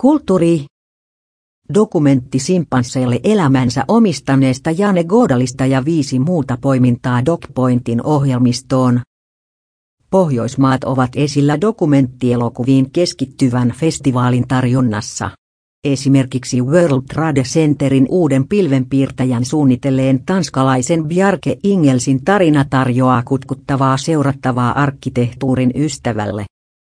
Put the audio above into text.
Kulttuuri. Dokumentti simpansseille elämänsä omistaneesta Jane Goodallista ja 5 muuta poimintaa DocPointin ohjelmistoon. Pohjoismaat ovat esillä dokumenttielokuviin keskittyvän festivaalin tarjonnassa. Esimerkiksi World Trade Centerin uuden pilvenpiirtäjän suunnitelleen tanskalaisen Bjarke Ingelsin tarina tarjoaa kutkuttavaa seurattavaa arkkitehtuurin ystävälle.